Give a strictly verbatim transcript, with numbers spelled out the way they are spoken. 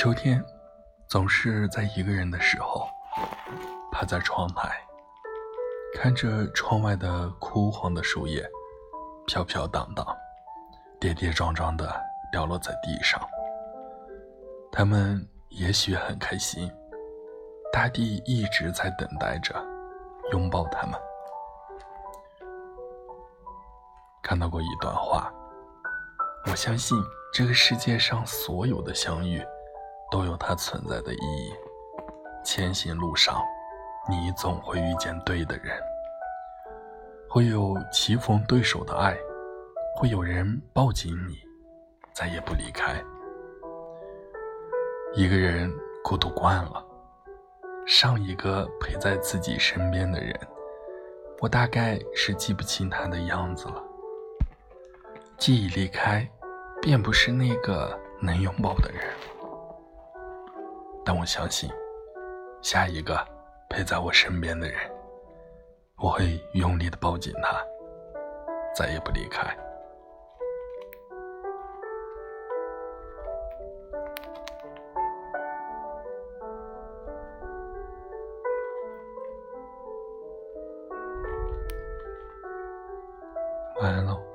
秋天总是在一个人的时候，趴在窗台，看着窗外的枯黄的树叶飘飘荡荡，跌跌撞撞地掉落在地上。他们也许很开心，大地一直在等待着拥抱他们。看到过一段话，我相信这个世界上所有的相遇都有它存在的意义。前行路上，你总会遇见对的人，会有棋逢对手的爱，会有人抱紧你，再也不离开。一个人孤独惯了，上一个陪在自己身边的人，我大概是记不清他的样子了。记忆离开，便不是那个能拥抱的人，但我相信下一个陪在我身边的人，我会用力地抱紧他，再也不离开。晚安喽。